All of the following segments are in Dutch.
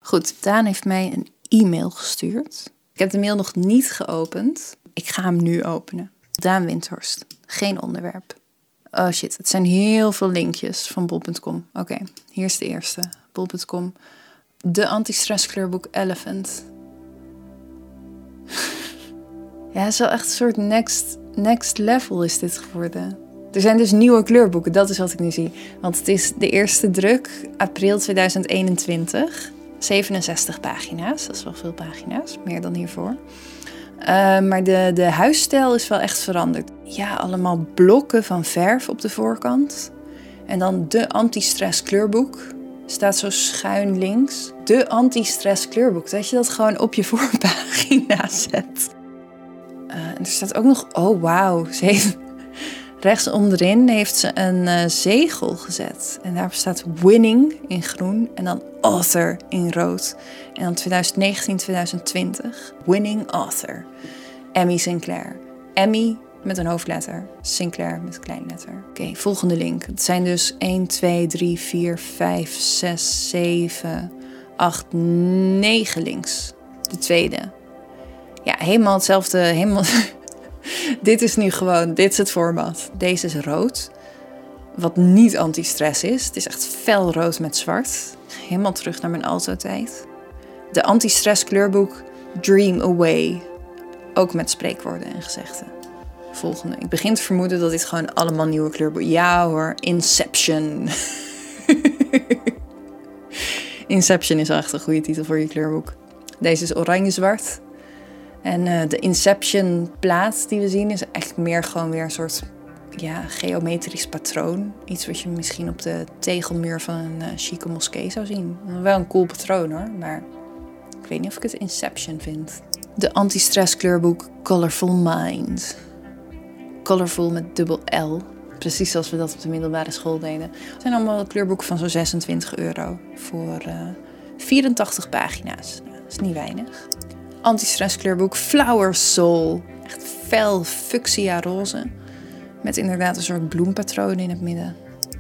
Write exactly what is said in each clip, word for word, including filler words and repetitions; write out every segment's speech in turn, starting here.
Goed, Daan heeft mij een e-mail gestuurd. Ik heb de mail nog niet geopend. Ik ga hem nu openen. Daan Windhorst. Geen onderwerp. Oh shit, het zijn heel veel linkjes van bol punt com. Oké, okay, hier is de eerste. bol punt com. De anti-stress kleurboek Elephant. Ja, het is wel echt een soort next, next level is dit geworden. Er zijn dus nieuwe kleurboeken, dat is wat ik nu zie. Want het is de eerste druk, april tweeduizend eenentwintig. zevenenzestig pagina's, dat is wel veel pagina's, meer dan hiervoor. Uh, maar de, de huisstijl is wel echt veranderd. Ja, allemaal blokken van verf op de voorkant. En dan de anti-stress kleurboek. Staat zo schuin links. De anti-stress kleurboek. Dat je dat gewoon op je voorpagina zet. Uh, en er staat ook nog... Oh, wauw. Ze heeft... Rechts onderin heeft ze een uh, zegel gezet. En daarop staat winning in groen. En dan author in rood. En dan twintig negentien twintig twintig. Winning author. Emmy Sinclair. Emmy met een hoofdletter. Sinclair met een kleinletter. Oké, okay, volgende link. Het zijn dus één, twee, drie, vier, vijf, zes, zeven, acht, negen links. De tweede. Ja, helemaal hetzelfde. Helemaal... Dit is nu gewoon, dit is het format. Deze is rood. Wat niet anti-stress is. Het is echt fel rood met zwart. Helemaal terug naar mijn Alto-tijd. De anti-stress kleurboek Dream Away. Ook met spreekwoorden en gezegden. Volgende. Ik begin te vermoeden dat dit gewoon allemaal nieuwe kleurboeken... Ja hoor, Inception. Inception is wel echt een goede titel voor je kleurboek. Deze is oranje-zwart. En uh, de Inception plaat die we zien is echt meer gewoon weer een soort ja, geometrisch patroon. Iets wat je misschien op de tegelmuur van een uh, chique moskee zou zien. Wel een cool patroon hoor, maar ik weet niet of ik het Inception vind. De anti-stress kleurboek Colorful Mind. Colorful met dubbel L. Precies zoals we dat op de middelbare school deden. Het zijn allemaal kleurboeken van zo'n zesentwintig euro voor uh, vierentachtig pagina's. Nou, dat is niet weinig. Anti-stress kleurboek Flower Soul. Echt fel fuchsia roze. Met inderdaad een soort bloempatroon in het midden.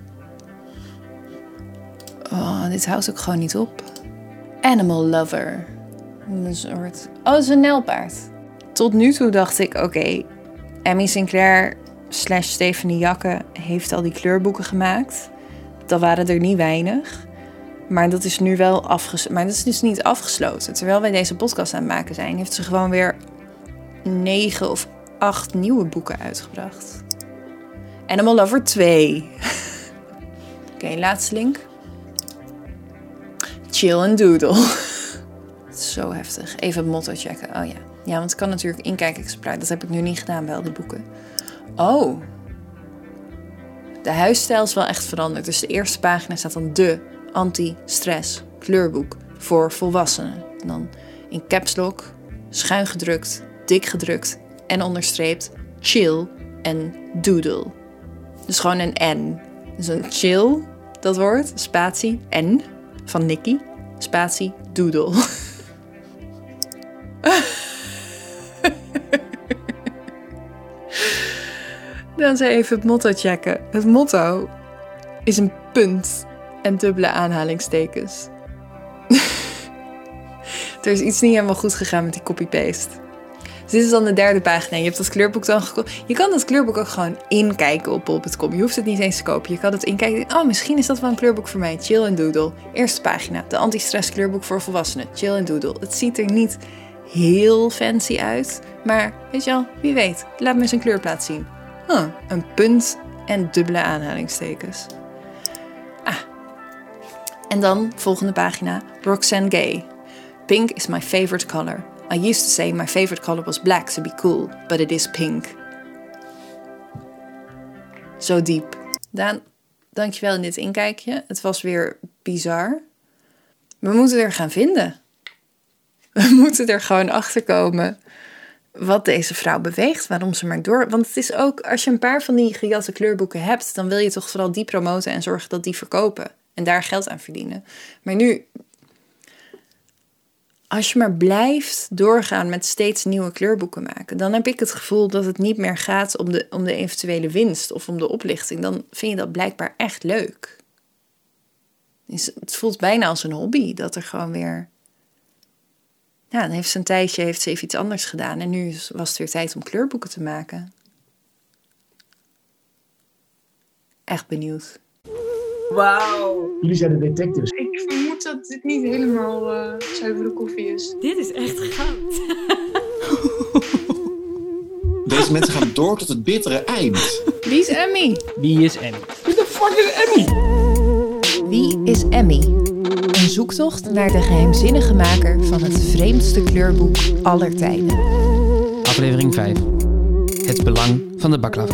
Oh, dit houdt ook gewoon niet op. Animal Lover. Een soort... Oh, het is een nijlpaard. Tot nu toe dacht ik, oké, okay, Emmy Sinclair slash Stephanie Jakke heeft al die kleurboeken gemaakt. Dat waren er niet weinig. Maar dat is nu wel afgesloten. Maar dat is dus niet afgesloten. Terwijl wij deze podcast aan het maken zijn, heeft ze gewoon weer negen of acht nieuwe boeken uitgebracht. Animal Lover twee. Oké, okay, laatste link. Chill and Doodle. Het is zo heftig. Even het motto checken. Oh ja. Ja, want ik kan natuurlijk inkijk-exemplaar. Dat heb ik nu niet gedaan bij al die boeken. Oh. De huisstijl is wel echt veranderd. Dus de eerste pagina staat dan de anti-stress kleurboek voor volwassenen. En dan in caps lock, schuin gedrukt, dik gedrukt en onderstreept chill en doodle. Dus gewoon een N. Dus een chill, dat woord, spatie, N van Nicky, spatie, doodle. Dan zei even het motto checken. Het motto is een punt en dubbele aanhalingstekens. Er is iets niet helemaal goed gegaan met die copy-paste. Dus dit is dan de derde pagina. Je hebt dat kleurboek dan gekocht. Je kan dat kleurboek ook gewoon inkijken op bol punt com. Je hoeft het niet eens te kopen. Je kan het inkijken. Oh, misschien is dat wel een kleurboek voor mij. Chill and Doodle. Eerste pagina. De anti-stress kleurboek voor volwassenen. Chill and Doodle. Het ziet er niet heel fancy uit. Maar weet je wel, wie weet. Laat me eens een kleurplaat zien. Huh, een punt en dubbele aanhalingstekens. Ah. En dan, volgende pagina. Roxane Gay. Pink is my favorite color. I used to say my favorite color was black to be cool, but it is pink. Zo diep. Daan, dankjewel in dit inkijkje. Het was weer bizar. We moeten er gaan vinden. We moeten er gewoon achter komen wat deze vrouw beweegt, waarom ze maar door... Want het is ook, als je een paar van die gejatte kleurboeken hebt, dan wil je toch vooral die promoten en zorgen dat die verkopen. En daar geld aan verdienen. Maar nu, als je maar blijft doorgaan met steeds nieuwe kleurboeken maken, dan heb ik het gevoel dat het niet meer gaat om de, om de eventuele winst of om de oplichting. Dan vind je dat blijkbaar echt leuk. Het voelt bijna als een hobby, dat er gewoon weer Ja, dan heeft ze een tijdje heeft ze even iets anders gedaan. En nu was het weer tijd om kleurboeken te maken. Echt benieuwd. Wauw. Jullie zijn de detectives. Ik vermoed dat dit niet helemaal uh, zuivere koffie is. Dit is echt goud. Deze mensen gaan door tot het bittere eind. Wie is Emmy? Wie is Emmy? Wie de fuck is Emmy? Wie is Emmy? Een zoektocht naar de geheimzinnige maker van het vreemdste kleurboek aller tijden. Aflevering vijf. Het belang van de baklava.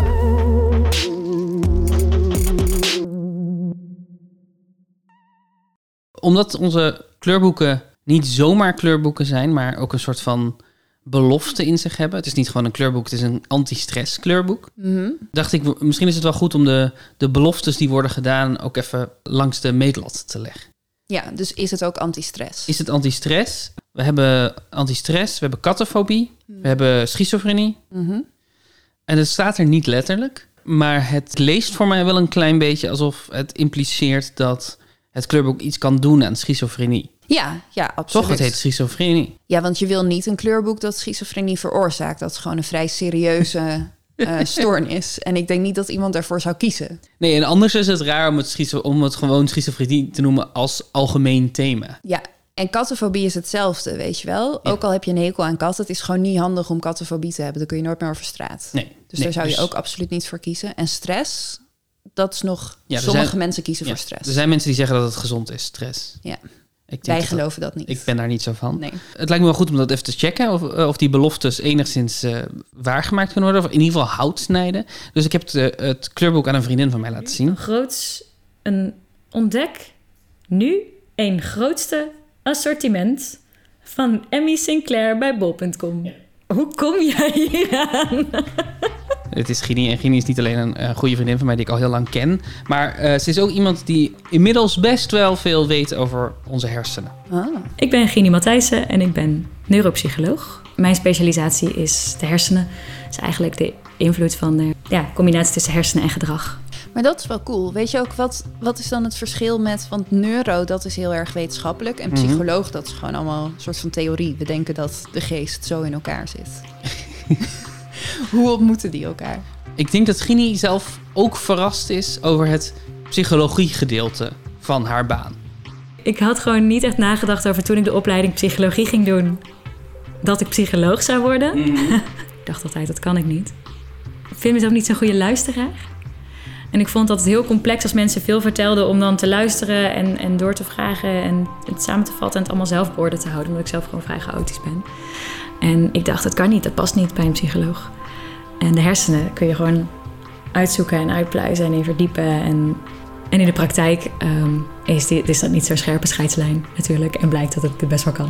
Omdat onze kleurboeken niet zomaar kleurboeken zijn, maar ook een soort van belofte in zich hebben. Het is niet gewoon een kleurboek, het is een anti-stress kleurboek. Mm-hmm. Dacht ik, misschien is het wel goed om de, de beloftes die worden gedaan ook even langs de meetlat te leggen. Ja, dus is het ook anti-stress? Is het anti-stress? We hebben anti-stress, we hebben kattenfobie, mm. we hebben schizofrenie. Mm-hmm. En het staat er niet letterlijk, maar het leest voor mij wel een klein beetje alsof het impliceert dat het kleurboek iets kan doen aan schizofrenie. Ja, ja, absoluut. Toch, het heet schizofrenie. Ja, want je wil niet een kleurboek dat schizofrenie veroorzaakt. Dat is gewoon een vrij serieuze uh, stoornis. En ik denk niet dat iemand daarvoor zou kiezen. Nee, en anders is het raar om het, schizo- om het gewoon schizofrenie te noemen als algemeen thema. Ja, en kattenfobie is hetzelfde, weet je wel. Ja. Ook al heb je een hekel aan katten, het is gewoon niet handig om kattenfobie te hebben. Dan kun je nooit meer over straat. Nee. Dus nee, daar zou je dus, ook absoluut niet voor kiezen. En stress, dat is nog... Ja, er sommige zijn- mensen kiezen ja, voor stress. Er zijn mensen die zeggen dat het gezond is, stress. Ja. Ik denk Wij dat dat- geloven dat niet. Ik ben daar niet zo van. Nee. Het lijkt me wel goed om dat even te checken. Of, uh, of die beloftes enigszins uh, waargemaakt kunnen worden. Of in ieder geval hout snijden. Dus ik heb het, uh, het kleurboek aan een vriendin van mij laten zien. Een groots, een ontdek nu een grootste assortiment van Emmy Sinclair bij bol punt com. Ja. Hoe kom jij hier aan? Het is Gini. En Gini is niet alleen een uh, goede vriendin van mij die ik al heel lang ken. Maar uh, ze is ook iemand die inmiddels best wel veel weet over onze hersenen. Ah. Ik ben Gini Matthijssen en ik ben neuropsycholoog. Mijn specialisatie is de hersenen. Dat is eigenlijk de invloed van de ja, combinatie tussen hersenen en gedrag. Maar dat is wel cool. Weet je ook, wat, wat is dan het verschil met... Want neuro, dat is heel erg wetenschappelijk. En psycholoog, mm-hmm. dat is gewoon allemaal een soort van theorie. We denken dat de geest zo in elkaar zit. Hoe ontmoeten die elkaar? Ik denk dat Gini zelf ook verrast is over het psychologiegedeelte van haar baan. Ik had gewoon niet echt nagedacht over toen ik de opleiding psychologie ging doen... dat ik psycholoog zou worden. Mm. Ik dacht altijd, dat kan ik niet. Ik vind mezelf niet zo'n goede luisteraar. En ik vond dat het heel complex als mensen veel vertelden... om dan te luisteren en, en door te vragen en het samen te vatten... en het allemaal zelf op orde te houden, omdat ik zelf gewoon vrij chaotisch ben. En ik dacht, dat kan niet, dat past niet bij een psycholoog. En de hersenen kun je gewoon uitzoeken en uitpluizen en in verdiepen. En, en in de praktijk um, is, die, is dat niet zo'n scherpe scheidslijn natuurlijk. En blijkt dat het best wel kan.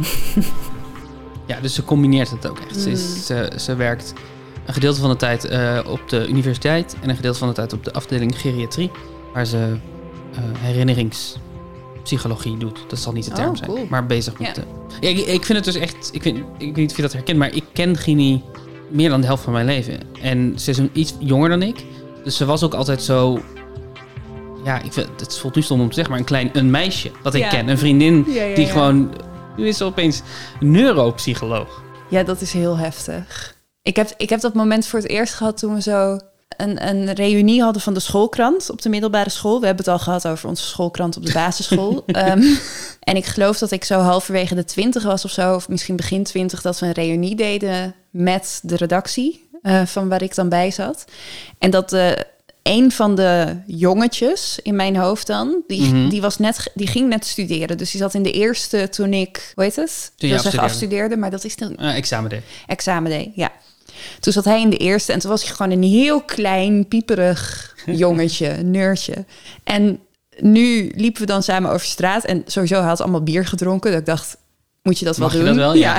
Ja, dus ze combineert het ook echt. Mm. Ze, is, ze, ze werkt een gedeelte van de tijd uh, op de universiteit... en een gedeelte van de tijd op de afdeling geriatrie... waar ze uh, herinneringspsychologie doet. Dat zal niet de term oh, zijn, cool. maar bezig met ja. de... Ja, ik, ik vind het dus echt... Ik, vind, ik weet niet of je dat herkent, maar ik ken Gini meer dan de helft van mijn leven. En ze is een, iets jonger dan ik. Dus ze was ook altijd zo... Ja, ik vind, het voelt nu stom om te zeggen, maar een klein een meisje dat ik ja. ken. Een vriendin ja, ja, die ja. gewoon... Nu is ze opeens neuropsycholoog. Ja, dat is heel heftig. Ik heb, ik heb dat moment voor het eerst gehad toen we zo een, een reunie hadden van de schoolkrant op de middelbare school. We hebben het al gehad over onze schoolkrant op de basisschool. um, en ik geloof dat ik zo halverwege de twintig was of zo, of misschien begin twintig, dat we een reunie deden met de redactie uh, van waar ik dan bij zat. En dat de... Een van de jongetjes in mijn hoofd dan, die, mm-hmm. die, was net, die ging net studeren. Dus die zat in de eerste toen ik, hoe heet het? Toen je ik afstudeerde. afstudeerde, maar dat is dan... Uh, examen deed. Examen deed, ja. Toen zat hij in de eerste en toen was hij gewoon een heel klein, pieperig jongetje, neurtje. En nu liepen we dan samen over straat en sowieso had allemaal bier gedronken. Dat ik dacht, moet je dat Mag wel je doen? dat wel? Ja. ja.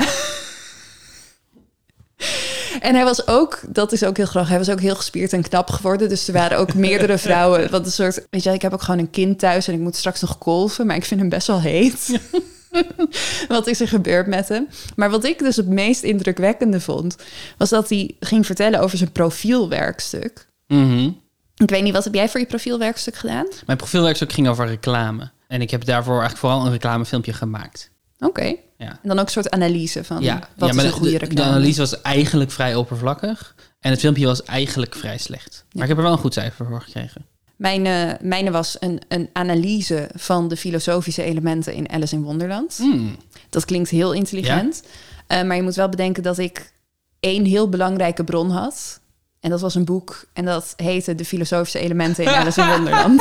En hij was ook, dat is ook heel grappig, hij was ook heel gespierd en knap geworden. Dus er waren ook meerdere vrouwen. Wat een soort, weet je, ik heb ook gewoon een kind thuis en ik moet straks nog kolven, maar ik vind hem best wel heet. Ja. Wat is er gebeurd met hem? Maar wat ik dus het meest indrukwekkende vond, was dat hij ging vertellen over zijn profielwerkstuk. Mm-hmm. Ik weet niet, wat heb jij voor je profielwerkstuk gedaan? Mijn profielwerkstuk ging over reclame. En ik heb daarvoor eigenlijk vooral een reclamefilmpje gemaakt. Oké. Ja. En dan ook een soort analyse van Ja, wat ja, is maar een de, goede de, reclame. de analyse was eigenlijk vrij oppervlakkig. En het filmpje was eigenlijk vrij slecht. Maar Ja. ik heb er wel een goed cijfer voor gekregen. Mijn, uh, mijne was een, een analyse van de filosofische elementen in Alice in Wonderland. Mm. Dat klinkt heel intelligent. Ja? Uh, maar je moet wel bedenken dat ik één heel belangrijke bron had. En dat was een boek. En dat heette De filosofische elementen in Alice in Wonderland.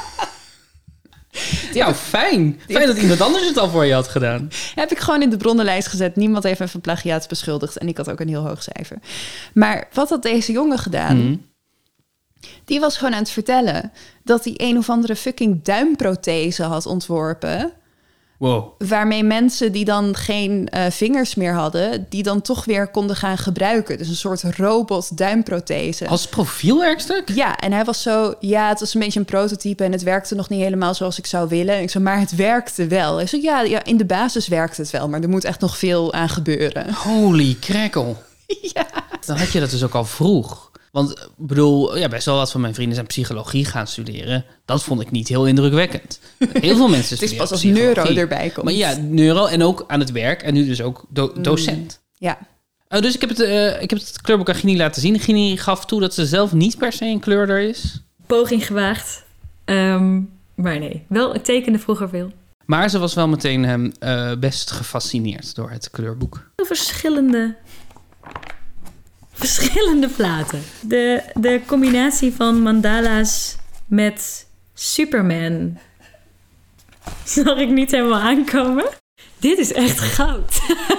Ja, fijn. Fijn dat iemand anders het al voor je had gedaan. Heb ik gewoon in de bronnenlijst gezet. Niemand heeft me van plagiaat beschuldigd. En ik had ook een heel hoog cijfer. Maar wat had deze jongen gedaan? Mm. Die was gewoon aan het vertellen dat hij een of andere fucking duimprothese had ontworpen. Wow. Waarmee mensen die dan geen uh, vingers meer hadden, die dan toch weer konden gaan gebruiken. Dus een soort robot-duimprothese. Als profielwerkstuk? Ja, en hij was zo, ja, het was een beetje een prototype en het werkte nog niet helemaal zoals ik zou willen. En ik zei, maar het werkte wel. Hij zei, ja, ja, in de basis werkt het wel, maar er moet echt nog veel aan gebeuren. Holy crackle. Ja. Dan had je dat dus ook al vroeg. Want ik bedoel, ja, best wel wat van mijn vrienden zijn psychologie gaan studeren. Dat vond ik niet heel indrukwekkend. Heel veel mensen studeren. Het is pas als neuro erbij komt. Maar ja, neuro en ook aan het werk. En nu dus ook do- docent. Mm, ja. Uh, dus ik heb, het, uh, ik heb het kleurboek aan Gini laten zien. Gini gaf toe dat ze zelf niet per se een kleurder is. Poging gewaagd. Um, maar nee, wel, ik tekende vroeger veel. Maar ze was wel meteen hem uh, best gefascineerd door het kleurboek. Verschillende... Verschillende platen. De, de combinatie van mandala's met Superman zag ik niet helemaal aankomen. Dit is echt goud.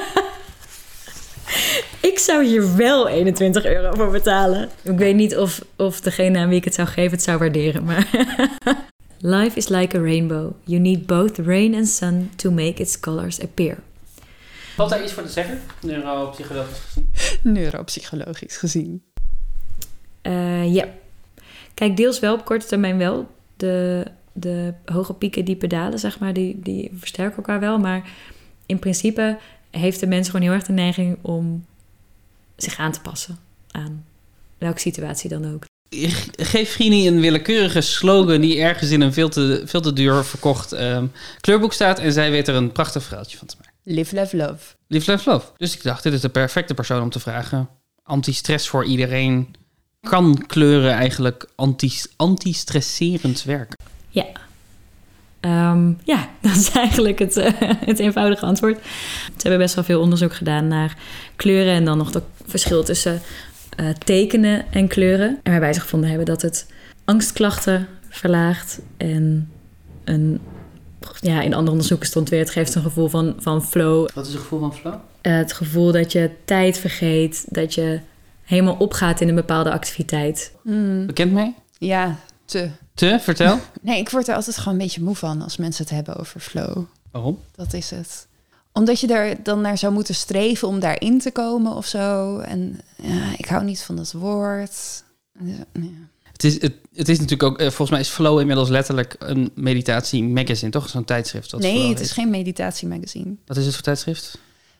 Ik zou hier wel eenentwintig euro voor betalen. Ik weet niet of, of degene aan wie ik het zou geven het zou waarderen, maar... Life is like a rainbow. You need both rain and sun to make its colors appear. Valt daar iets voor te zeggen? Neuropsychologisch gezien? Neuropsychologisch gezien. Uh, ja. Kijk, deels wel op korte termijn wel. De, de hoge pieken, diepe dalen, zeg maar, die, die versterken elkaar wel. Maar in principe heeft de mens gewoon heel erg de neiging om zich aan te passen aan welke situatie dan ook. Geef Gini een willekeurige slogan die ergens in een veel te, veel te duur verkocht um, kleurboek staat. En zij weet er een prachtig verhaaltje van te maken. Live, love, love. Live, love, love. Dus ik dacht, dit is de perfecte persoon om te vragen. Anti-stress voor iedereen. Kan kleuren eigenlijk anti, anti-stresserend werken? Ja. Um, ja, dat is eigenlijk het, uh, het eenvoudige antwoord. Ze hebben best wel veel onderzoek gedaan naar kleuren en dan nog het verschil tussen uh, tekenen en kleuren. En waarbij ze gevonden hebben dat het angstklachten verlaagt en een... Ja, in andere onderzoeken stond weer, het geeft een gevoel van, van flow. Wat is het gevoel van flow? Uh, het gevoel dat je tijd vergeet, dat je helemaal opgaat in een bepaalde activiteit. Mm. Bekend mee? Ja, te. Te? Vertel. Nee, ik word er altijd gewoon een beetje moe van als mensen het hebben over flow. Waarom? Dat is het. Omdat je er dan naar zou moeten streven om daarin te komen of zo. En ja, ik hou niet van dat woord. Ja. Het is, het, het is natuurlijk ook, volgens mij is Flow inmiddels letterlijk een meditatie-magazine, toch? Zo'n tijdschrift. Wat nee, Flow het is heet. geen meditatie-magazine. Wat is het voor tijdschrift?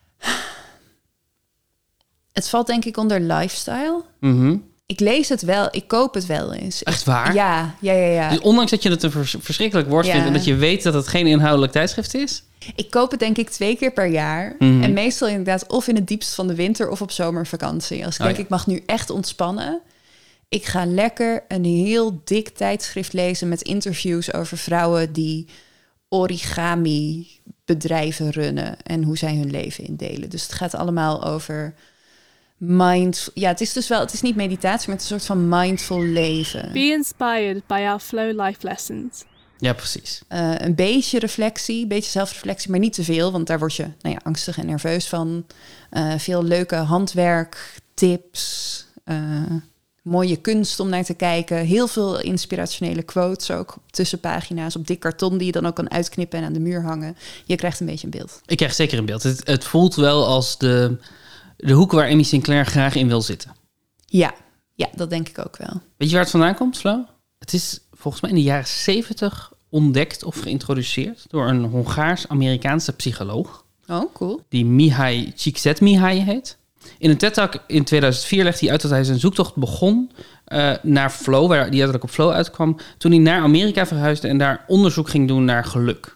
Het valt denk ik onder lifestyle. Mm-hmm. Ik lees het wel, ik koop het wel eens. Echt waar? Ja, ja, ja. ja. Dus ondanks dat je het een vers- verschrikkelijk woord Ja. vindt en dat je weet dat het geen inhoudelijk tijdschrift is? Ik koop het denk ik twee keer per jaar. Mm-hmm. En meestal inderdaad of in het diepst van de winter of op zomervakantie. Als ik Oh, denk, ja. ik mag nu echt ontspannen. Ik ga lekker een heel dik tijdschrift lezen met interviews over vrouwen die origami bedrijven runnen en hoe zij hun leven indelen. Dus het gaat allemaal over mind. Ja, het is dus wel, het is niet meditatie, maar het is een soort van mindful leven. Be inspired by our Flow Life lessons. Ja, precies. Uh, een beetje reflectie, een beetje zelfreflectie, maar niet te veel, want daar word je nou ja, angstig en nerveus van. Uh, veel leuke handwerk, tips, uh, mooie kunst om naar te kijken. Heel veel inspirationele quotes ook op tussenpagina's op dik karton die je dan ook kan uitknippen en aan de muur hangen. Je krijgt een beetje een beeld. Ik krijg zeker een beeld. Het, het voelt wel als de, de hoek waar Emmy Sinclair graag in wil zitten. Ja, ja, dat denk ik ook wel. Weet je waar het vandaan komt, Flo? Het is volgens mij in de jaren zeventig ontdekt of geïntroduceerd door een Hongaars-Amerikaanse psycholoog. Oh, cool. Die Mihai Csikszentmihalyi heet. In een TED-talk in tweeduizend vier legde hij uit dat hij zijn zoektocht begon uh, naar flow, waar die uiteindelijk op flow uitkwam, toen hij naar Amerika verhuisde en daar onderzoek ging doen naar geluk.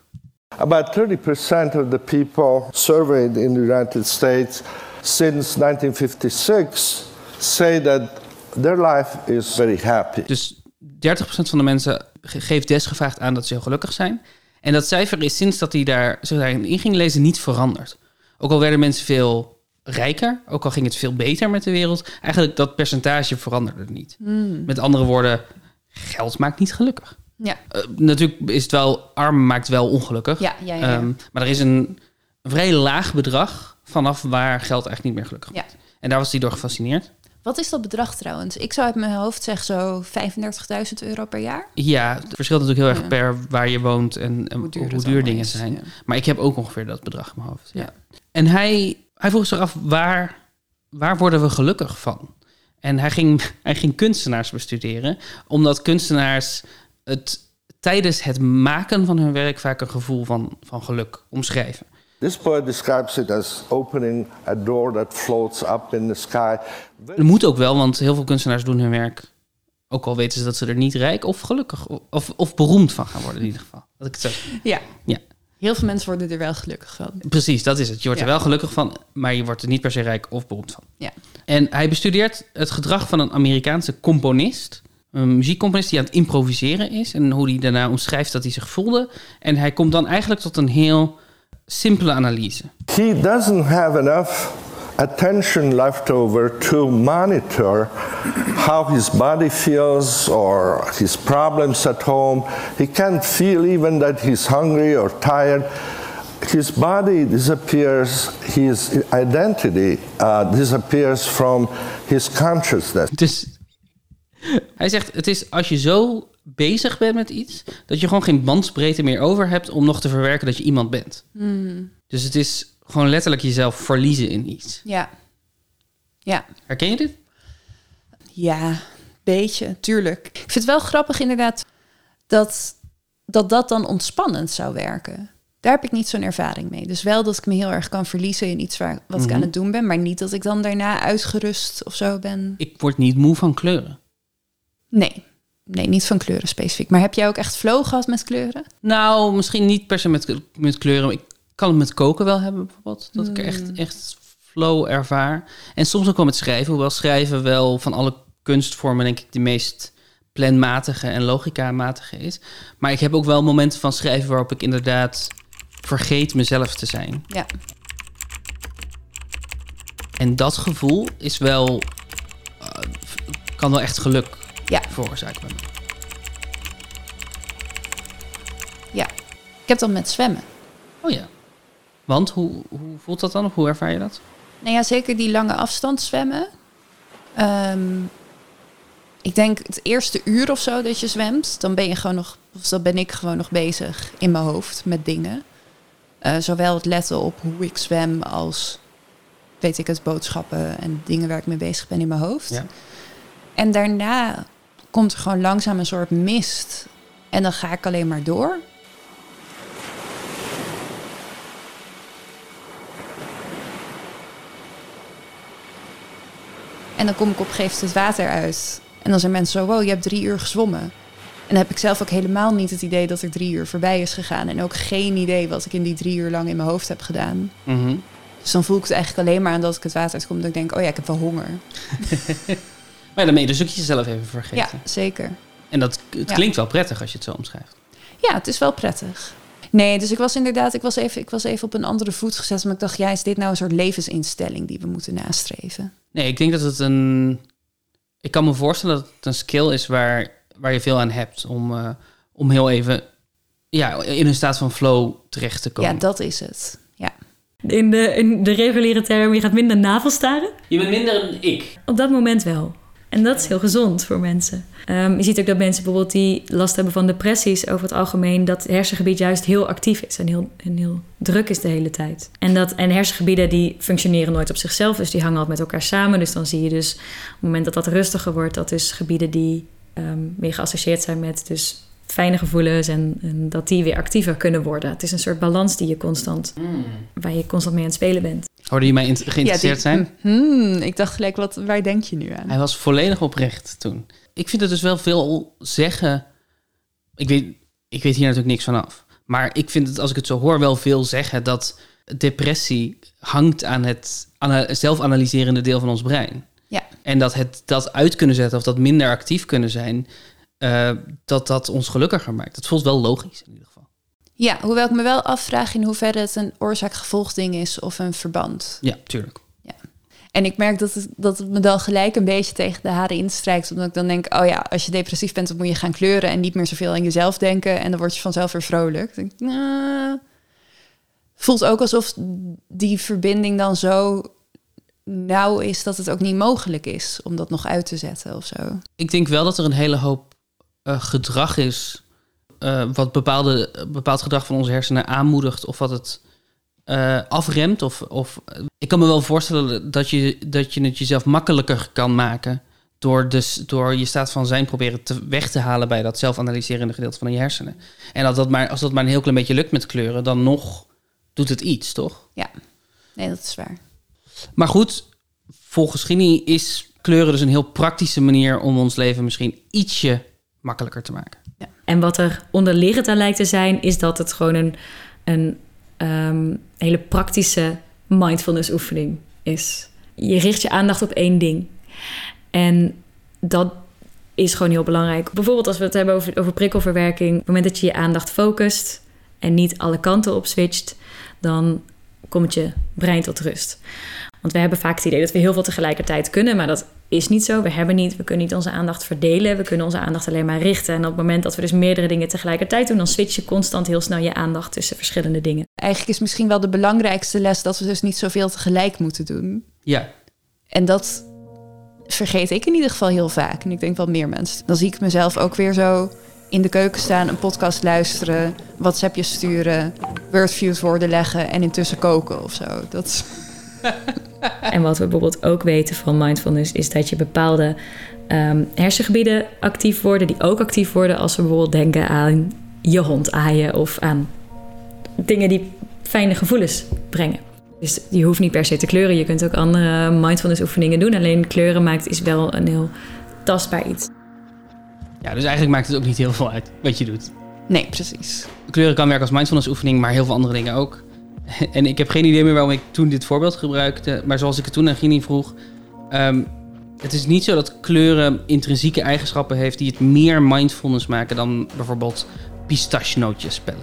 About thirty percent of the people surveyed in the United States since nineteen fifty-six say that their life is very happy. Dus dertig procent van de mensen ge- geeft desgevraagd aan dat ze heel gelukkig zijn. En dat cijfer is sinds dat hij daar, zich daarin in ging lezen niet veranderd. Ook al werden mensen veel rijker, ook al ging het veel beter met de wereld, eigenlijk dat percentage veranderde niet. Mm. Met andere woorden, geld maakt niet gelukkig. Ja. Uh, natuurlijk is het wel, arm maakt wel ongelukkig. Ja, ja, ja, ja. Um, maar er is een, een vrij laag bedrag vanaf waar geld eigenlijk niet meer gelukkig maakt. Ja. En daar was hij door gefascineerd. Wat is dat bedrag trouwens? Ik zou uit mijn hoofd zeggen zo vijfendertigduizend euro per jaar. Ja, het verschilt natuurlijk heel erg Ja. per waar je woont en, en hoe duur duur, dat dingen allemaal is, zijn. ja. Maar ik heb ook ongeveer dat bedrag in mijn hoofd. Ja. Ja. En hij, hij vroeg zich af, waar, waar worden we gelukkig van? En hij ging, hij ging kunstenaars bestuderen, omdat kunstenaars het tijdens het maken van hun werk vaak een gevoel van, van geluk omschrijven. This poet describes it as opening a door that floats up in the sky. Dat moet ook wel, want heel veel kunstenaars doen hun werk, ook al weten ze dat ze er niet rijk of gelukkig of, of beroemd van gaan worden in ieder geval. Dat ik het zo. Ja. Ja. Heel veel mensen worden er wel gelukkig van. Precies, dat is het. Je wordt Ja. er wel gelukkig van, maar je wordt er niet per se rijk of beroemd van. Ja. En hij bestudeert het gedrag van een Amerikaanse componist, een muziekcomponist die aan het improviseren is en hoe hij daarna omschrijft dat hij zich voelde. En hij komt dan eigenlijk tot een heel simpele analyse. He doesn't have enough attention left over to monitor how his body feels or his problems at home. He can't feel even that he's hungry or tired. His body disappears, his identity uh, disappears from his consciousness. Dus hij zegt, het is als je zo bezig bent met iets, dat je gewoon geen bandsbreedte meer over hebt om nog te verwerken dat je iemand bent. Mm. Dus het is gewoon letterlijk jezelf verliezen in iets. Ja. Ja. Herken je dit? Ja, beetje, tuurlijk. Ik vind het wel grappig inderdaad dat dat, dat dan ontspannend zou werken. Daar heb ik niet zo'n ervaring mee. Dus wel dat ik me heel erg kan verliezen in iets waar, wat Mm-hmm. ik aan het doen ben, maar niet dat ik dan daarna uitgerust of zo ben. Ik word niet moe van kleuren. Nee, nee, niet van kleuren specifiek. Maar heb jij ook echt flow gehad met kleuren? Nou, misschien niet per se met, met kleuren. Ik kan het met koken wel hebben bijvoorbeeld. Dat ik er echt, echt flow ervaar. En soms ook wel met schrijven. Hoewel schrijven wel van alle kunstvormen denk ik de meest planmatige en logica-matige is. Maar ik heb ook wel momenten van schrijven waarop ik inderdaad vergeet mezelf te zijn. Ja. En dat gevoel is wel... Uh, kan wel echt geluk Ja. veroorzaken bij me. Ja. Ik heb dat met zwemmen. Oh ja. Want hoe, hoe voelt dat dan? Of hoe ervaar je dat? Nou ja, zeker die lange afstand zwemmen. Um, ik denk het eerste uur of zo dat je zwemt, dan ben je gewoon nog, of dan ben ik gewoon nog bezig in mijn hoofd met dingen. Uh, zowel het letten op hoe ik zwem als, weet ik het, boodschappen en dingen waar ik mee bezig ben in mijn hoofd. Ja. En daarna komt er gewoon langzaam een soort mist. En dan ga ik alleen maar door. En dan kom ik op een gegeven moment het water uit. En dan zijn mensen zo, wow, je hebt drie uur gezwommen. En dan heb ik zelf ook helemaal niet het idee dat er drie uur voorbij is gegaan. En ook geen idee wat ik in die drie uur lang in mijn hoofd heb gedaan. Mm-hmm. Dus dan voel ik het eigenlijk alleen maar aan dat ik het water uitkom. Dat ik denk, oh ja, ik heb wel honger. Maar dan ben je dus ook jezelf even vergeten. Ja, zeker. En dat, het Ja. klinkt wel prettig als je het zo omschrijft. Ja, het is wel prettig. Nee, dus ik was inderdaad, ik was even, ik was even op een andere voet gezet. Maar ik dacht, ja, is dit nou een soort levensinstelling die we moeten nastreven? Nee, ik denk dat het een... Ik kan me voorstellen dat het een skill is waar, waar je veel aan hebt. Om, uh, om heel even ja, in een staat van flow terecht te komen. Ja, dat is het. Ja. In de, in de reguliere term, je gaat minder navelstaren. Je bent minder een ik. Op dat moment wel. En dat is heel gezond voor mensen. Um, je ziet ook dat mensen bijvoorbeeld die last hebben van depressies over het algemeen, dat het hersengebied juist heel actief is en heel, en heel druk is de hele tijd. En, dat, en hersengebieden die functioneren nooit op zichzelf, dus die hangen altijd met elkaar samen. Dus dan zie je dus op het moment dat dat rustiger wordt, dat dus gebieden die um, meer geassocieerd zijn met dus fijne gevoelens en, en dat die weer actiever kunnen worden. Het is een soort balans die je constant, Mm. waar je constant mee aan het spelen bent. Hoorde je mij in- geïnteresseerd Ja, die- zijn? Hmm, ik dacht gelijk, wat, waar denk je nu aan? Hij was volledig oprecht toen. Ik vind het dus wel veel zeggen. Ik weet, ik weet hier natuurlijk niks van af. Maar ik vind het, als ik het zo hoor, wel veel zeggen dat depressie hangt aan het ana- zelfanalyserende deel van ons brein. Ja. En dat het dat uit kunnen zetten of dat minder actief kunnen zijn, uh, dat dat ons gelukkiger maakt. Dat voelt wel logisch in ieder geval. Ja, hoewel ik me wel afvraag in hoeverre het een oorzaak-gevolgding is of een verband. Ja, tuurlijk. Ja. En ik merk dat het, dat het me dan gelijk een beetje tegen de haren instrijkt. Omdat ik dan denk, oh ja, als je depressief bent, dan moet je gaan kleuren en niet meer zoveel aan jezelf denken. En dan word je vanzelf weer vrolijk. Dan denk ik, nah. Voelt ook alsof die verbinding dan zo nauw is dat het ook niet mogelijk is om dat nog uit te zetten of zo. Ik denk wel dat er een hele hoop uh, gedrag is uh, wat bepaalde, bepaald gedrag van onze hersenen aanmoedigt of wat het uh, afremt. Of, of, ik kan me wel voorstellen dat je, dat je het jezelf makkelijker kan maken door, dus, door je staat van zijn proberen te, weg te halen bij dat zelfanalyserende gedeelte van je hersenen. En dat dat maar, als dat maar een heel klein beetje lukt met kleuren, dan nog doet het iets, toch? Ja, nee, dat is waar. Maar goed, volgens Ginny is kleuren dus een heel praktische manier om ons leven misschien ietsje makkelijker te maken. Ja. En wat er onderliggend aan lijkt te zijn, is dat het gewoon een, een um, hele praktische mindfulness oefening is. Je richt je aandacht op één ding. En dat is gewoon heel belangrijk. Bijvoorbeeld als we het hebben over, over prikkelverwerking. Op het moment dat je je aandacht focust en niet alle kanten op switcht, dan komt je brein tot rust. Want we hebben vaak het idee dat we heel veel tegelijkertijd kunnen, maar dat is niet zo. We hebben niet, we kunnen niet onze aandacht verdelen. We kunnen onze aandacht alleen maar richten. En op het moment dat we dus meerdere dingen tegelijkertijd doen, dan switch je constant heel snel je aandacht tussen verschillende dingen. Eigenlijk is misschien wel de belangrijkste les dat we dus niet zoveel tegelijk moeten doen. Ja. En dat vergeet ik in ieder geval heel vaak. En ik denk wel meer mensen. Dan zie ik mezelf ook weer zo in de keuken staan, een podcast luisteren, WhatsAppjes sturen, Wordviews woorden leggen en intussen koken of zo. Dat is... En wat we bijvoorbeeld ook weten van mindfulness is dat je bepaalde um, hersengebieden actief worden, die ook actief worden als we bijvoorbeeld denken aan je hond aaien of aan dingen die fijne gevoelens brengen. Dus je hoeft niet per se te kleuren. Je kunt ook andere mindfulness oefeningen doen. Alleen kleuren maakt is wel een heel tastbaar iets. Ja, dus eigenlijk maakt het ook niet heel veel uit wat je doet. Nee, precies. Kleuren kan werken als mindfulness oefening, maar heel veel andere dingen ook. En ik heb geen idee meer waarom ik toen dit voorbeeld gebruikte. Maar zoals ik het toen aan Ginny vroeg, Um, het is niet zo dat kleuren intrinsieke eigenschappen heeft die het meer mindfulness maken dan bijvoorbeeld pistachenootjes pellen.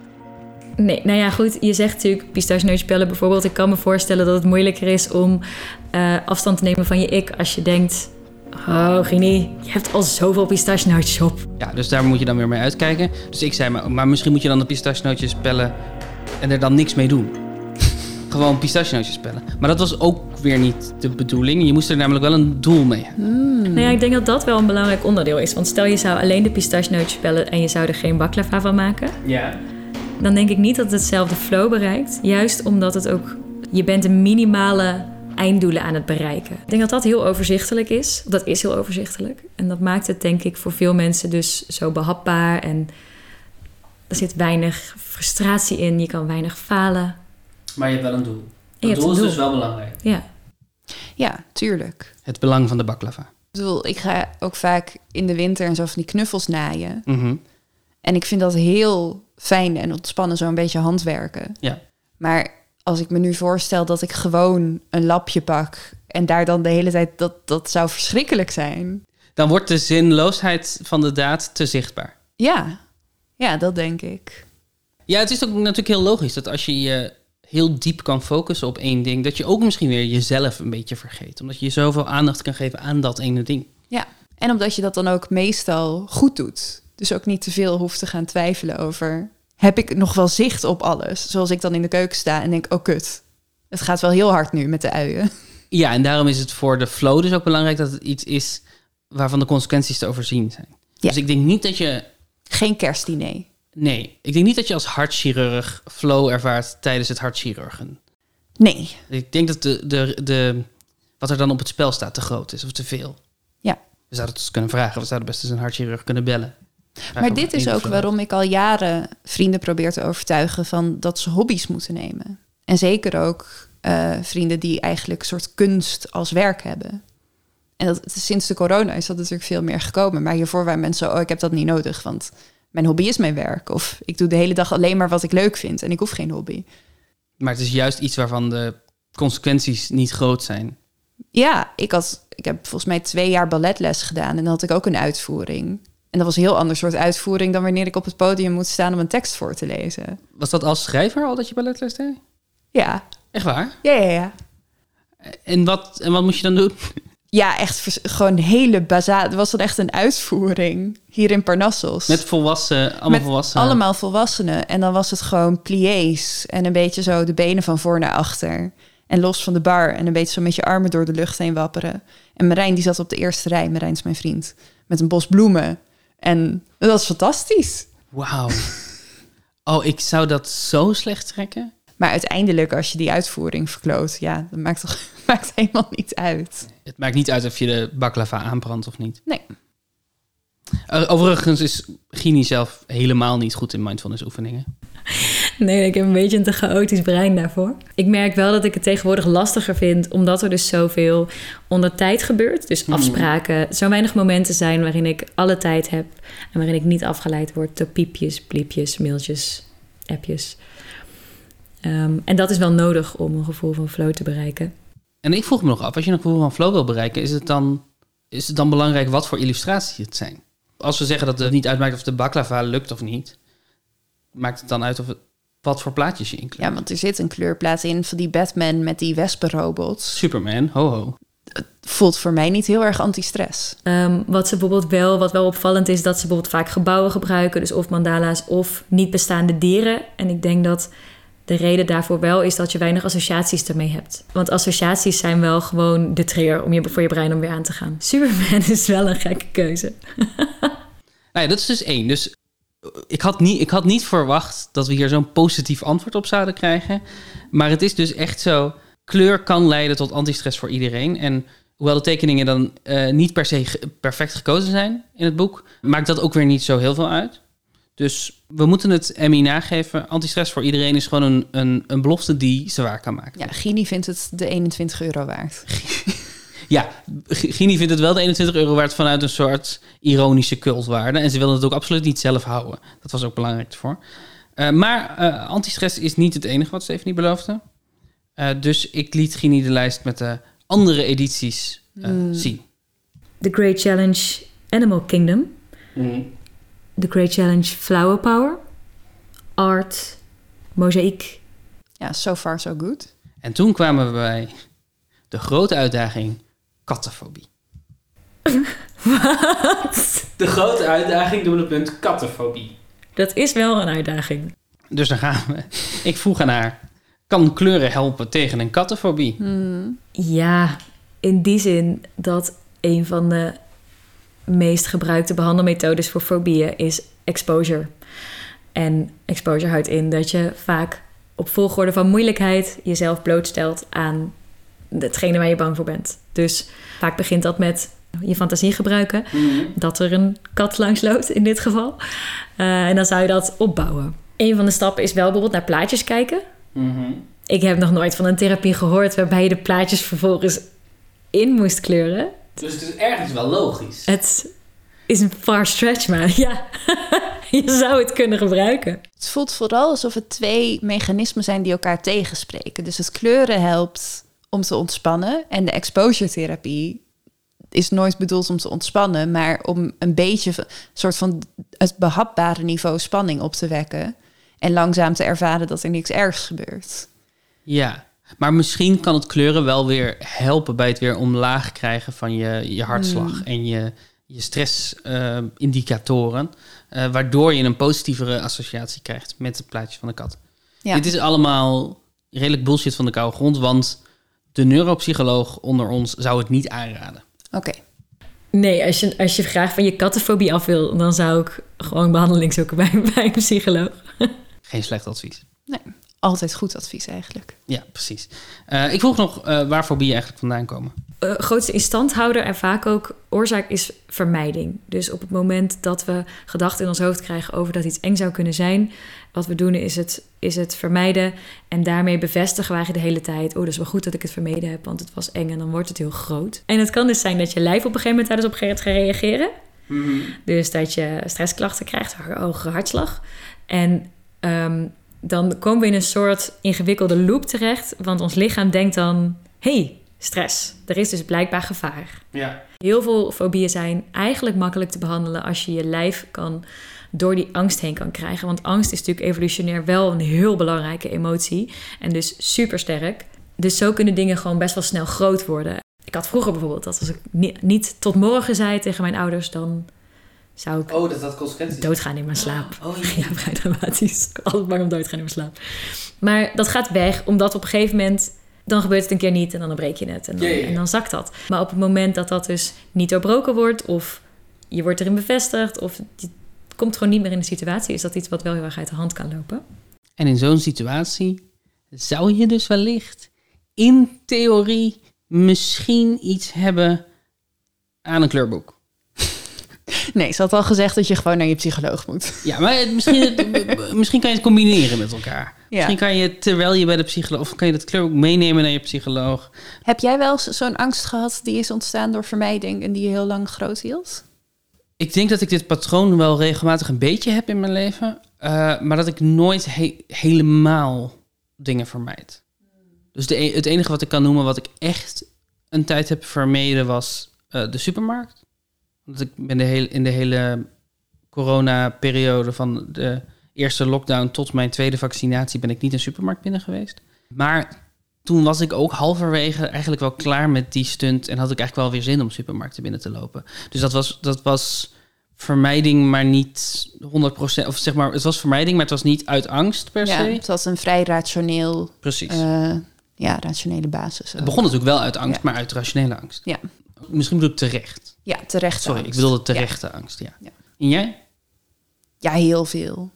Nee, nou ja, goed. Je zegt natuurlijk pistachenootjes pellen bijvoorbeeld. Ik kan me voorstellen dat het moeilijker is om uh, afstand te nemen van je ik als je denkt, oh, Ginny, je hebt al zoveel pistachenootjes op. Ja, dus daar moet je dan weer mee uitkijken. Dus ik zei, maar, maar misschien moet je dan de pistachenootjes pellen en er dan niks mee doen. Gewoon pistachenootjes pellen. Maar dat was ook weer niet de bedoeling. Je moest er namelijk wel een doel mee hebben. Mm. Nou ja, ik denk dat dat wel een belangrijk onderdeel is. Want stel je zou alleen de pistachenootjes pellen en je zou er geen baklava van maken. Ja. Dan denk ik niet dat het hetzelfde flow bereikt. Juist omdat het ook, je bent een minimale einddoelen aan het bereiken. Ik denk dat dat heel overzichtelijk is. Dat is heel overzichtelijk. En dat maakt het denk ik voor veel mensen dus zo behapbaar. En er zit weinig frustratie in. Je kan weinig falen. Maar je hebt wel een doel. Dat doel is doel. dus wel belangrijk. Ja. Ja, tuurlijk. Het belang van de baklava. Ik bedoel, ik ga ook vaak in de winter en zo van die knuffels naaien. Mm-hmm. En ik vind dat heel fijn en ontspannen, zo een beetje handwerken. Ja. Maar als ik me nu voorstel dat ik gewoon een lapje pak en daar dan de hele tijd, dat, dat zou verschrikkelijk zijn. Dan wordt de zinloosheid van de daad te zichtbaar. Ja, ja, dat denk ik. Ja, het is ook natuurlijk heel logisch dat als je je heel diep kan focussen op één ding, dat je ook misschien weer jezelf een beetje vergeet. Omdat je zoveel aandacht kan geven aan dat ene ding. Ja, en omdat je dat dan ook meestal goed doet. Dus ook niet te veel hoeft te gaan twijfelen over, heb ik nog wel zicht op alles? Zoals ik dan in de keuken sta en denk, oh kut, het gaat wel heel hard nu met de uien. Ja, en daarom is het voor de flow dus ook belangrijk dat het iets is waarvan de consequenties te overzien zijn. Ja. Dus ik denk niet dat je... Geen kerstdiner. Nee, ik denk niet dat je als hartchirurg flow ervaart tijdens het hartchirurgen. Nee. Ik denk dat de, de, de, wat er dan op het spel staat te groot is of te veel. Ja. We zouden het dus kunnen vragen. We zouden best eens een hartchirurg kunnen bellen. Vraag maar dit is ook waarom ik al jaren vrienden probeer te overtuigen van dat ze hobby's moeten nemen. En zeker ook uh, vrienden die eigenlijk een soort kunst als werk hebben. En dat, sinds de corona is dat natuurlijk veel meer gekomen. Maar hiervoor waren mensen, oh, ik heb dat niet nodig, want mijn hobby is mijn werk. Of ik doe de hele dag alleen maar wat ik leuk vind en ik hoef geen hobby. Maar het is juist iets waarvan de consequenties niet groot zijn. Ja, ik, had, ik heb volgens mij twee jaar balletles gedaan en dan had ik ook een uitvoering. En dat was een heel ander soort uitvoering dan wanneer ik op het podium moet staan om een tekst voor te lezen. Was dat als schrijver al dat je balletles deed? Ja. Echt waar? Ja, ja, ja. En wat, en wat moest je dan doen? Ja, echt vers- gewoon hele bazaal. Het was dan echt een uitvoering hier in Parnassos. Met volwassen, allemaal Met volwassenen? allemaal volwassenen. En dan was het gewoon pliés en een beetje zo de benen van voor naar achter. En los van de bar en een beetje zo met je armen door de lucht heen wapperen. En Marijn die zat op de eerste rij, Marijn is mijn vriend, met een bos bloemen. En dat was fantastisch. Wauw. Oh, ik zou dat zo slecht trekken. Maar uiteindelijk, als je die uitvoering verkloot, ja, dat maakt toch maakt helemaal niet uit. Het maakt niet uit of je de baklava aanbrandt of niet. Nee. Uh, overigens is Gini zelf helemaal niet goed in mindfulness oefeningen. Nee, ik heb een beetje een te chaotisch brein daarvoor. Ik merk wel dat ik het tegenwoordig lastiger vind, omdat er dus zoveel onder tijd gebeurt. Dus afspraken, zo weinig momenten zijn waarin ik alle tijd heb en waarin ik niet afgeleid word door piepjes, bliepjes, mailtjes, appjes. Um, en dat is wel nodig om een gevoel van flow te bereiken. En ik vroeg me nog af, als je een gevoel van flow wil bereiken, is het dan, is het dan belangrijk wat voor illustraties het zijn? Als we zeggen dat het niet uitmaakt of de baklava lukt of niet, maakt het dan uit of het, wat voor plaatjes je inkleurt? Ja, want er zit een kleurplaat in van die Batman met die wespenrobots. Superman, ho ho. Het voelt voor mij niet heel erg anti-stress. Um, wat ze bijvoorbeeld wel, wat wel opvallend is, dat ze bijvoorbeeld vaak gebouwen gebruiken, dus of mandala's of niet bestaande dieren. En ik denk dat de reden daarvoor wel is dat je weinig associaties ermee hebt. Want associaties zijn wel gewoon de trigger om je, voor je brein om weer aan te gaan. Superman is wel een gekke keuze. Nou ja, dat is dus één. Dus ik had, niet, ik had niet verwacht dat we hier zo'n positief antwoord op zouden krijgen. Maar het is dus echt zo, kleur kan leiden tot antistress voor iedereen. En hoewel de tekeningen dan uh, niet per se ge- perfect gekozen zijn in het boek, maakt dat ook weer niet zo heel veel uit. Dus we moeten het Emmy nageven. Antistress voor iedereen is gewoon een, een, een belofte die ze waar kan maken. Ja, Gini vindt het de eenentwintig euro waard. Ja, Gini vindt het wel de eenentwintig euro waard vanuit een soort ironische cultwaarde. En ze wilde het ook absoluut niet zelf houden. Dat was ook belangrijk ervoor. Uh, maar uh, antistress is niet het enige wat Stephanie beloofde. Uh, dus ik liet Gini de lijst met de andere edities uh, mm. zien. The Great Challenge Animal Kingdom. Mm. The Great Challenge Flower Power. Art. Mozaïek. Ja, so far so good. En toen kwamen we bij de grote uitdaging kattenfobie. Wat? De grote uitdaging, dubbele punt, kattenfobie. Dat is wel een uitdaging. Dus daar gaan we. Ik vroeg aan haar, kan kleuren helpen tegen een kattenfobie? Hmm. Ja, in die zin dat een van de meest gebruikte behandelmethodes voor fobieën is exposure. En exposure houdt in dat je vaak op volgorde van moeilijkheid jezelf blootstelt aan hetgene waar je bang voor bent. Dus vaak begint dat met je fantasie gebruiken. Mm-hmm. Dat er een kat langs loopt in dit geval. Uh, en dan zou je dat opbouwen. Een van de stappen is wel bijvoorbeeld naar plaatjes kijken. Mm-hmm. Ik heb nog nooit van een therapie gehoord waarbij je de plaatjes vervolgens in moest kleuren. Dus het is ergens wel logisch. Het is een far stretch, maar ja, je zou het kunnen gebruiken. Het voelt vooral alsof het twee mechanismen zijn die elkaar tegenspreken. Dus het kleuren helpt om te ontspannen en de exposure therapie is nooit bedoeld om te ontspannen, maar om een beetje een soort van het behapbare niveau spanning op te wekken en langzaam te ervaren dat er niks ergs gebeurt. Ja, maar misschien kan het kleuren wel weer helpen bij het weer omlaag krijgen van je, je hartslag mm. en je, je stressindicatoren, uh, uh, waardoor je een positievere associatie krijgt met het plaatje van de kat. Ja. Dit is allemaal redelijk bullshit van de koude grond, want de neuropsycholoog onder ons zou het niet aanraden. Oké. Okay. Nee, als je, als je graag van je kattenfobie af wil, dan zou ik gewoon behandeling zoeken bij, bij een psycholoog. Geen slecht advies. Nee, altijd goed advies eigenlijk. Ja, precies. Uh, ik vroeg nog uh, waar fobieën eigenlijk vandaan komen. Uh, grootste instandhouder en vaak ook oorzaak is vermijding. Dus op het moment dat we gedachten in ons hoofd krijgen over dat iets eng zou kunnen zijn, wat we doen is het, is het vermijden en daarmee bevestigen we eigenlijk de hele tijd, oh, dat is wel goed dat ik het vermeden heb, want het was eng en dan wordt het heel groot. En het kan dus zijn dat je lijf op een gegeven moment daar dus op gaat reageren. Mm-hmm. Dus dat je stressklachten krijgt, hogere hartslag. En um, dan komen we in een soort ingewikkelde loop terecht. Want ons lichaam denkt dan, hey, stress. Er is dus blijkbaar gevaar. Ja. Heel veel fobieën zijn eigenlijk makkelijk te behandelen als je je lijf kan door die angst heen kan krijgen. Want angst is natuurlijk evolutionair wel een heel belangrijke emotie. En dus super sterk. Dus zo kunnen dingen gewoon best wel snel groot worden. Ik had vroeger bijvoorbeeld dat als ik niet, niet tot morgen zei tegen mijn ouders, dan zou ik oh, dat had consequenties. doodgaan in mijn slaap. Oh, ja. ja, vrij dramatisch. Ik was altijd bang om doodgaan in mijn slaap. Maar dat gaat weg, omdat op een gegeven moment, dan gebeurt het een keer niet en dan breek je het. En dan, ja, ja. en dan zakt dat. Maar op het moment dat dat dus niet doorbroken wordt, of je wordt erin bevestigd, of je komt gewoon niet meer in de situatie, is dat iets wat wel heel erg uit de hand kan lopen. En in zo'n situatie zou je dus wellicht in theorie misschien iets hebben aan een kleurboek. Nee, ze had al gezegd dat je gewoon naar je psycholoog moet. Ja, maar misschien, misschien kan je het combineren met elkaar. Ja. Misschien kan je, terwijl je bij de psycholoog, of kan je dat kleurboek meenemen naar je psycholoog. Heb jij wel zo'n angst gehad die is ontstaan door vermijding en die je heel lang groot hield? Ik denk dat ik dit patroon wel regelmatig een beetje heb in mijn leven. Uh, maar dat ik nooit he- helemaal dingen vermijd. Dus de, het enige wat ik kan noemen wat ik echt een tijd heb vermeden was uh, de supermarkt. Want ik ben de hele, in de hele corona-periode van de eerste lockdown tot mijn tweede vaccinatie ben ik niet een supermarkt binnen geweest. Maar toen was ik ook halverwege eigenlijk wel klaar met die stunt en had ik eigenlijk wel weer zin om supermarkten binnen te lopen. Dus dat was, dat was vermijding, maar niet honderd procent. Of zeg maar, het was vermijding, maar het was niet uit angst per Ja, se. het was een vrij rationeel, Precies. Uh, ja, rationele basis. Het begon natuurlijk wel uit angst, Ja. maar uit rationele angst. Ja. Misschien bedoel ik terecht. Ja, terecht. Sorry, angst. ik bedoelde terechte ja. angst, ja. Ja. En jij? Ja, heel veel.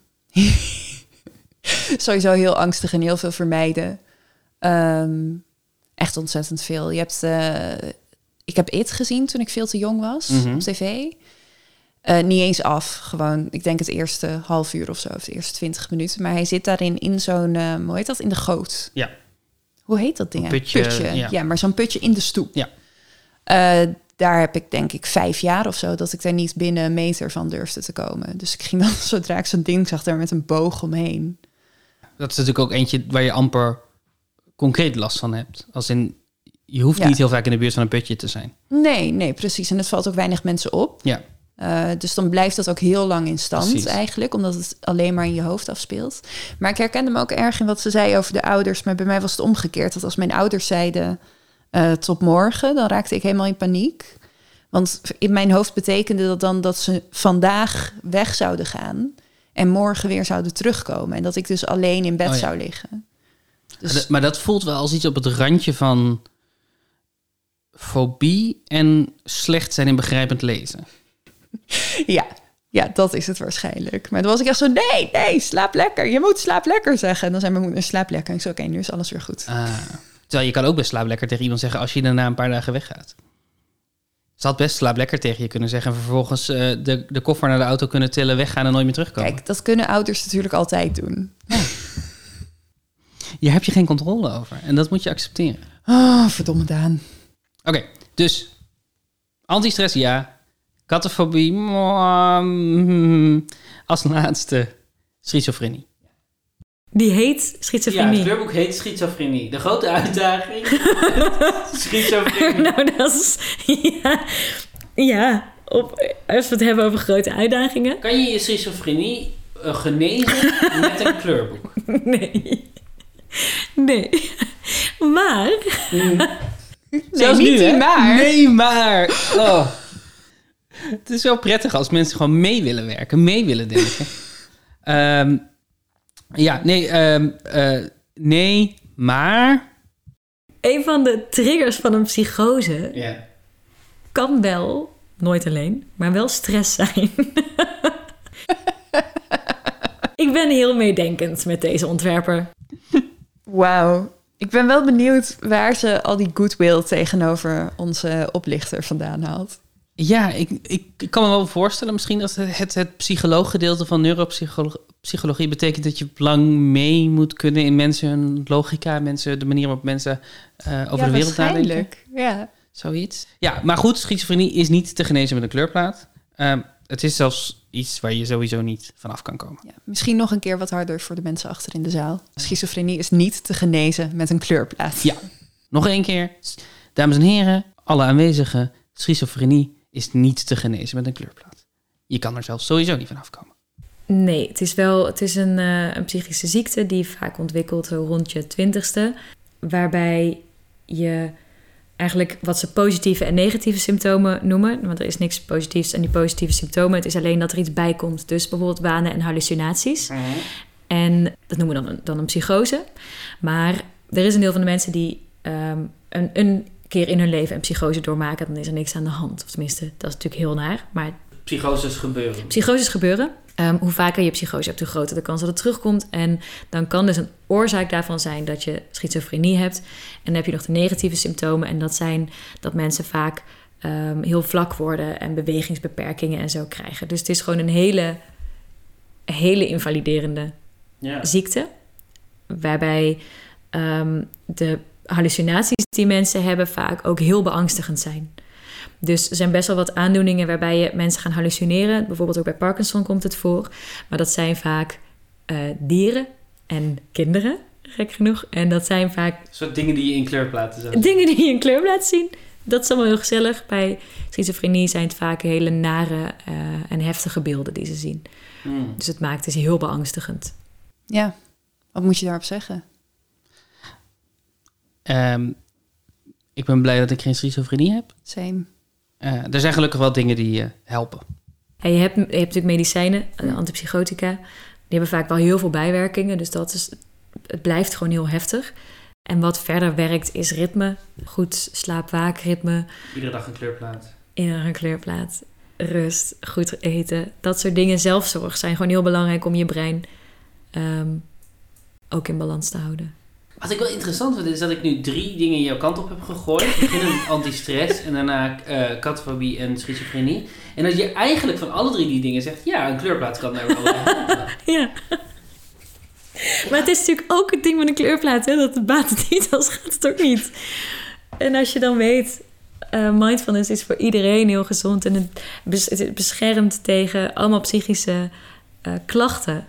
Sowieso heel angstig en heel veel vermijden. Um, echt ontzettend veel. Je hebt, uh, ik heb It gezien toen ik veel te jong was, mm-hmm. op tv. Uh, niet eens af, gewoon, ik denk het eerste half uur of zo, of de eerste twintig minuten. Maar hij zit daarin in zo'n, uh, hoe heet dat, in de goot? Ja. Hoe heet dat ding? Een putje. putje. Ja. ja, maar zo'n putje in de stoep. Ja. Uh, daar heb ik denk ik vijf jaar of zo, dat ik daar niet binnen een meter van durfde te komen. Dus ik ging dan, zodra ik zo'n ding zag, daar met een boog omheen. Dat is natuurlijk ook eentje waar je amper concreet last van hebt. Als in, je hoeft ja. niet heel vaak in de buurt van een putje te zijn. Nee, nee, precies. En het valt ook weinig mensen op. Ja. Uh, dus dan blijft dat ook heel lang in stand Precies. eigenlijk, omdat het alleen maar in je hoofd afspeelt. Maar ik herkende me ook erg in wat ze zei over de ouders. Maar bij mij was het omgekeerd. Dat als mijn ouders zeiden uh, tot morgen, dan raakte ik helemaal in paniek. Want in mijn hoofd betekende dat dan dat ze vandaag weg zouden gaan en morgen weer zouden terugkomen. En dat ik dus alleen in bed oh ja. zou liggen. Dus... Maar, dat, maar dat voelt wel als iets op het randje van fobie en slecht zijn in begrijpend lezen. Ja, ja, dat is het waarschijnlijk. Maar dan was ik echt zo, nee, nee, slaap lekker. Je moet slaap lekker zeggen. En dan zei mijn moeder, slaap lekker. En ik zei, oké, okay, nu is alles weer goed. Ah, terwijl je kan ook best slaap lekker tegen iemand zeggen als je daarna een paar dagen weggaat. Ze had best slaap lekker tegen je kunnen zeggen en vervolgens uh, de, de koffer naar de auto kunnen tillen, weggaan en nooit meer terugkomen. Kijk, dat kunnen ouders natuurlijk altijd doen. Ja. Hier heb je geen controle over en dat moet je accepteren. Oh, verdomme Daan. Oké, okay, dus antistress ja. Kattenfobie, mm, als laatste schizofrenie. Die heet schizofrenie. Ja, het kleurboek heet schizofrenie. De grote uitdaging. Schizofrenie. Nou, dat is... Ja, ja op, als we het hebben over grote uitdagingen. Kan je je schizofrenie uh, genezen met een kleurboek? Nee. Nee. Maar... Mm. Nee, Zelfs niet nu, die maar. Nee, maar. Oh. Het is wel prettig als mensen gewoon mee willen werken, mee willen denken. um, ja, nee, um, uh, nee, maar... Een van de triggers van een psychose yeah. kan wel, nooit alleen, maar wel stress zijn. Ik ben heel meedenkend met deze ontwerper. Wauw. Ik ben wel benieuwd waar ze al die goodwill tegenover onze oplichter vandaan haalt. Ja, ik, ik, ik kan me wel voorstellen misschien dat het, het, het psycholooggedeelte van neuropsychologie betekent dat je lang mee moet kunnen in mensen hun logica, mensen, de manier waarop mensen uh, over ja, de wereld nadenken. Ja, Zoiets. Ja, maar goed, schizofrenie is niet te genezen met een kleurplaat. Um, het is zelfs iets waar je sowieso niet vanaf kan komen. Ja, misschien nog een keer wat harder voor de mensen achter in de zaal. Schizofrenie is niet te genezen met een kleurplaat. Ja, nog één keer. Dames en heren, alle aanwezigen, schizofrenie is niet te genezen met een kleurplaat. Je kan er zelfs sowieso niet vanaf komen. Nee, het is wel het is een, uh, een psychische ziekte die vaak ontwikkelt zo rond je twintigste. Waarbij je eigenlijk wat ze positieve en negatieve symptomen noemen. Want er is niks positiefs aan die positieve symptomen. Het is alleen dat er iets bij komt. Dus bijvoorbeeld wanen en hallucinaties. Mm-hmm. En dat noemen we dan een, dan een psychose. Maar er is een deel van de mensen die um, een, een keer in hun leven een psychose doormaken. Dan is er niks aan de hand. Of tenminste, dat is natuurlijk heel naar. Maar psychoses gebeuren. Psychoses gebeuren. Um, hoe vaker je psychose hebt, hoe groter de kans dat het terugkomt. En dan kan dus een oorzaak daarvan zijn dat je schizofrenie hebt. En dan heb je nog de negatieve symptomen. En dat zijn dat mensen vaak um, heel vlak worden en bewegingsbeperkingen en zo krijgen. Dus het is gewoon een hele, hele invaliderende ja. ziekte. Waarbij um, de hallucinaties die mensen hebben vaak ook heel beangstigend zijn. Dus er zijn best wel wat aandoeningen waarbij je mensen gaan hallucineren. Bijvoorbeeld ook bij Parkinson komt het voor. Maar dat zijn vaak uh, dieren en kinderen, gek genoeg. En dat zijn vaak... Een soort dingen die je in kleurplaten zien. Dingen die je in kleurplaten zien. Dat is allemaal heel gezellig. Bij schizofrenie zijn het vaak hele nare uh, en heftige beelden die ze zien. Mm. Dus het maakt het heel beangstigend. Ja, wat moet je daarop zeggen? Um, ik ben blij dat ik geen schizofrenie heb. Same. Uh, er zijn gelukkig wel dingen die uh, helpen. Ja, je, hebt, je hebt natuurlijk medicijnen, antipsychotica. Die hebben vaak wel heel veel bijwerkingen. Dus dat is, het blijft gewoon heel heftig. En wat verder werkt is ritme. Goed slaap-waakritme. Iedere dag een kleurplaat. Iedere dag een kleurplaat. Rust, goed eten. Dat soort dingen. Zelfzorg zijn gewoon heel belangrijk om je brein um, ook in balans te houden. Wat ik wel interessant vind, is dat ik nu drie dingen jouw kant op heb gegooid. Beginnend anti-stress en daarna uh, katfobie en schizofrenie. En dat je eigenlijk van alle drie die dingen zegt, ja, een kleurplaat kan daar wel helpen. Ja. Maar het is natuurlijk ook het ding met een kleurplaat, hè, dat het baat het niet, als gaat het ook niet. En als je dan weet, uh, mindfulness is voor iedereen heel gezond en het, bes- het beschermt tegen allemaal psychische uh, klachten.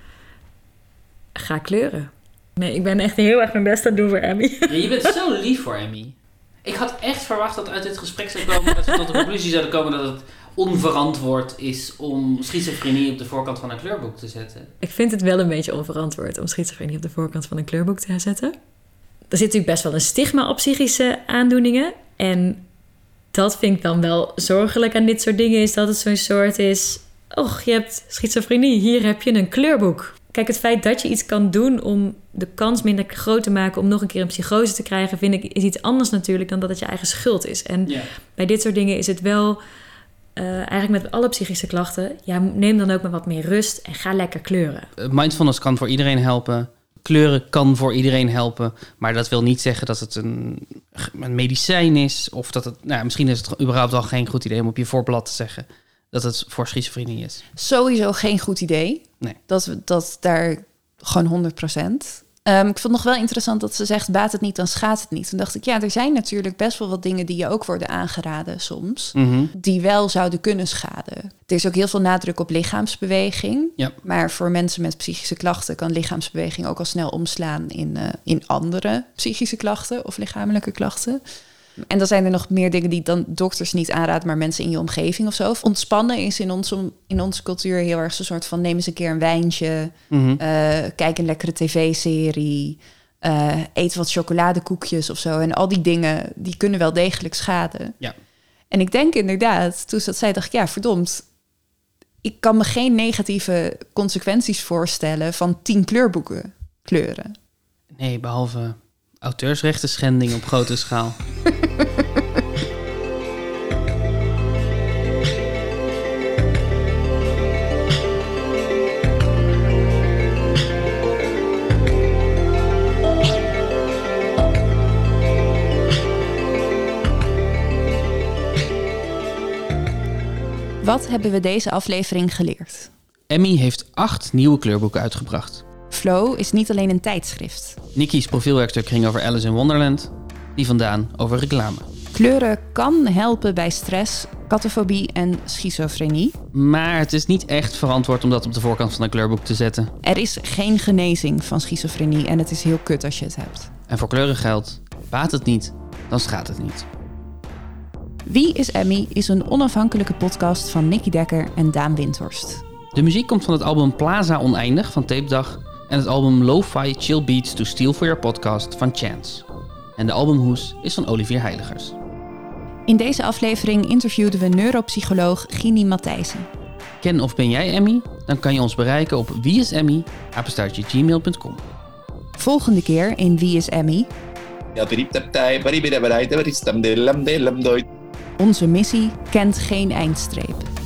Ga kleuren. Nee, ik ben echt heel erg mijn best aan het doen voor Emmy. Ja, je bent zo lief voor Emmy. Ik had echt verwacht dat uit dit gesprek zou komen, dat we tot de conclusie zouden komen dat het onverantwoord is om schizofrenie op de voorkant van een kleurboek te zetten. Ik vind het wel een beetje onverantwoord om schizofrenie op de voorkant van een kleurboek te zetten. Er zit natuurlijk best wel een stigma op psychische aandoeningen. En dat vind ik dan wel zorgelijk aan dit soort dingen, is dat het zo'n soort is, och, je hebt schizofrenie, hier heb je een kleurboek. Kijk, het feit dat je iets kan doen om de kans minder groot te maken om nog een keer een psychose te krijgen, vind ik, is iets anders natuurlijk dan dat het je eigen schuld is. En yeah. bij dit soort dingen is het wel, uh, eigenlijk met alle psychische klachten, ja, neem dan ook maar wat meer rust en ga lekker kleuren. Mindfulness kan voor iedereen helpen. Kleuren kan voor iedereen helpen. Maar dat wil niet zeggen dat het een, een medicijn is. Of dat het, nou, misschien is het überhaupt al geen goed idee om op je voorblad te zeggen dat het voor schizofrenie is. Sowieso geen goed idee. Nee. Dat, dat daar gewoon honderd procent. Um, ik vond het nog wel interessant dat ze zegt, baat het niet, dan schaadt het niet. Toen dacht ik, ja, er zijn natuurlijk best wel wat dingen die je ook worden aangeraden soms, mm-hmm. die wel zouden kunnen schaden. Er is ook heel veel nadruk op lichaamsbeweging. Ja. Maar voor mensen met psychische klachten kan lichaamsbeweging ook al snel omslaan in, uh, in andere psychische klachten of lichamelijke klachten. En dan zijn er nog meer dingen die dan dokters niet aanraden, maar mensen in je omgeving of zo. Ontspannen is in, ons, in onze cultuur heel erg zo'n soort van neem eens een keer een wijntje, mm-hmm. uh, kijk een lekkere tv-serie, uh, eet wat chocoladekoekjes of zo. En al die dingen, die kunnen wel degelijk schaden. Ja. En ik denk inderdaad, toen ze dat zei, dacht ik, ja, verdomd, ik kan me geen negatieve consequenties voorstellen van tien kleurboeken kleuren. Nee, behalve auteursrechten schending op grote schaal. Wat hebben we deze aflevering geleerd? Emmy heeft acht nieuwe kleurboeken uitgebracht. Flow is niet alleen een tijdschrift. Nikki's profielwerkstuk ging over Alice in Wonderland. Die vandaan over reclame. Kleuren kan helpen bij stress, katafobie en schizofrenie. Maar het is niet echt verantwoord om dat op de voorkant van een kleurboek te zetten. Er is geen genezing van schizofrenie en het is heel kut als je het hebt. En voor kleuren geldt, baat het niet, dan schaadt het niet. Wie is Emmy is een onafhankelijke podcast van Nicky Dekker en Daan Windhorst. De muziek komt van het album Plaza Oneindig van Tape Dag en het album Lo-Fi Chill Beats to Steal for Your Podcast van Chance. En de albumhoes is van Olivier Heiligers. In deze aflevering interviewden we neuropsycholoog Ginny Matthijssen. Ken of ben jij Emmy? Dan kan je ons bereiken op wieisemmie apenstaartje gmail punt com. Volgende keer in Wie is Emmy? Onze missie kent geen eindstreep.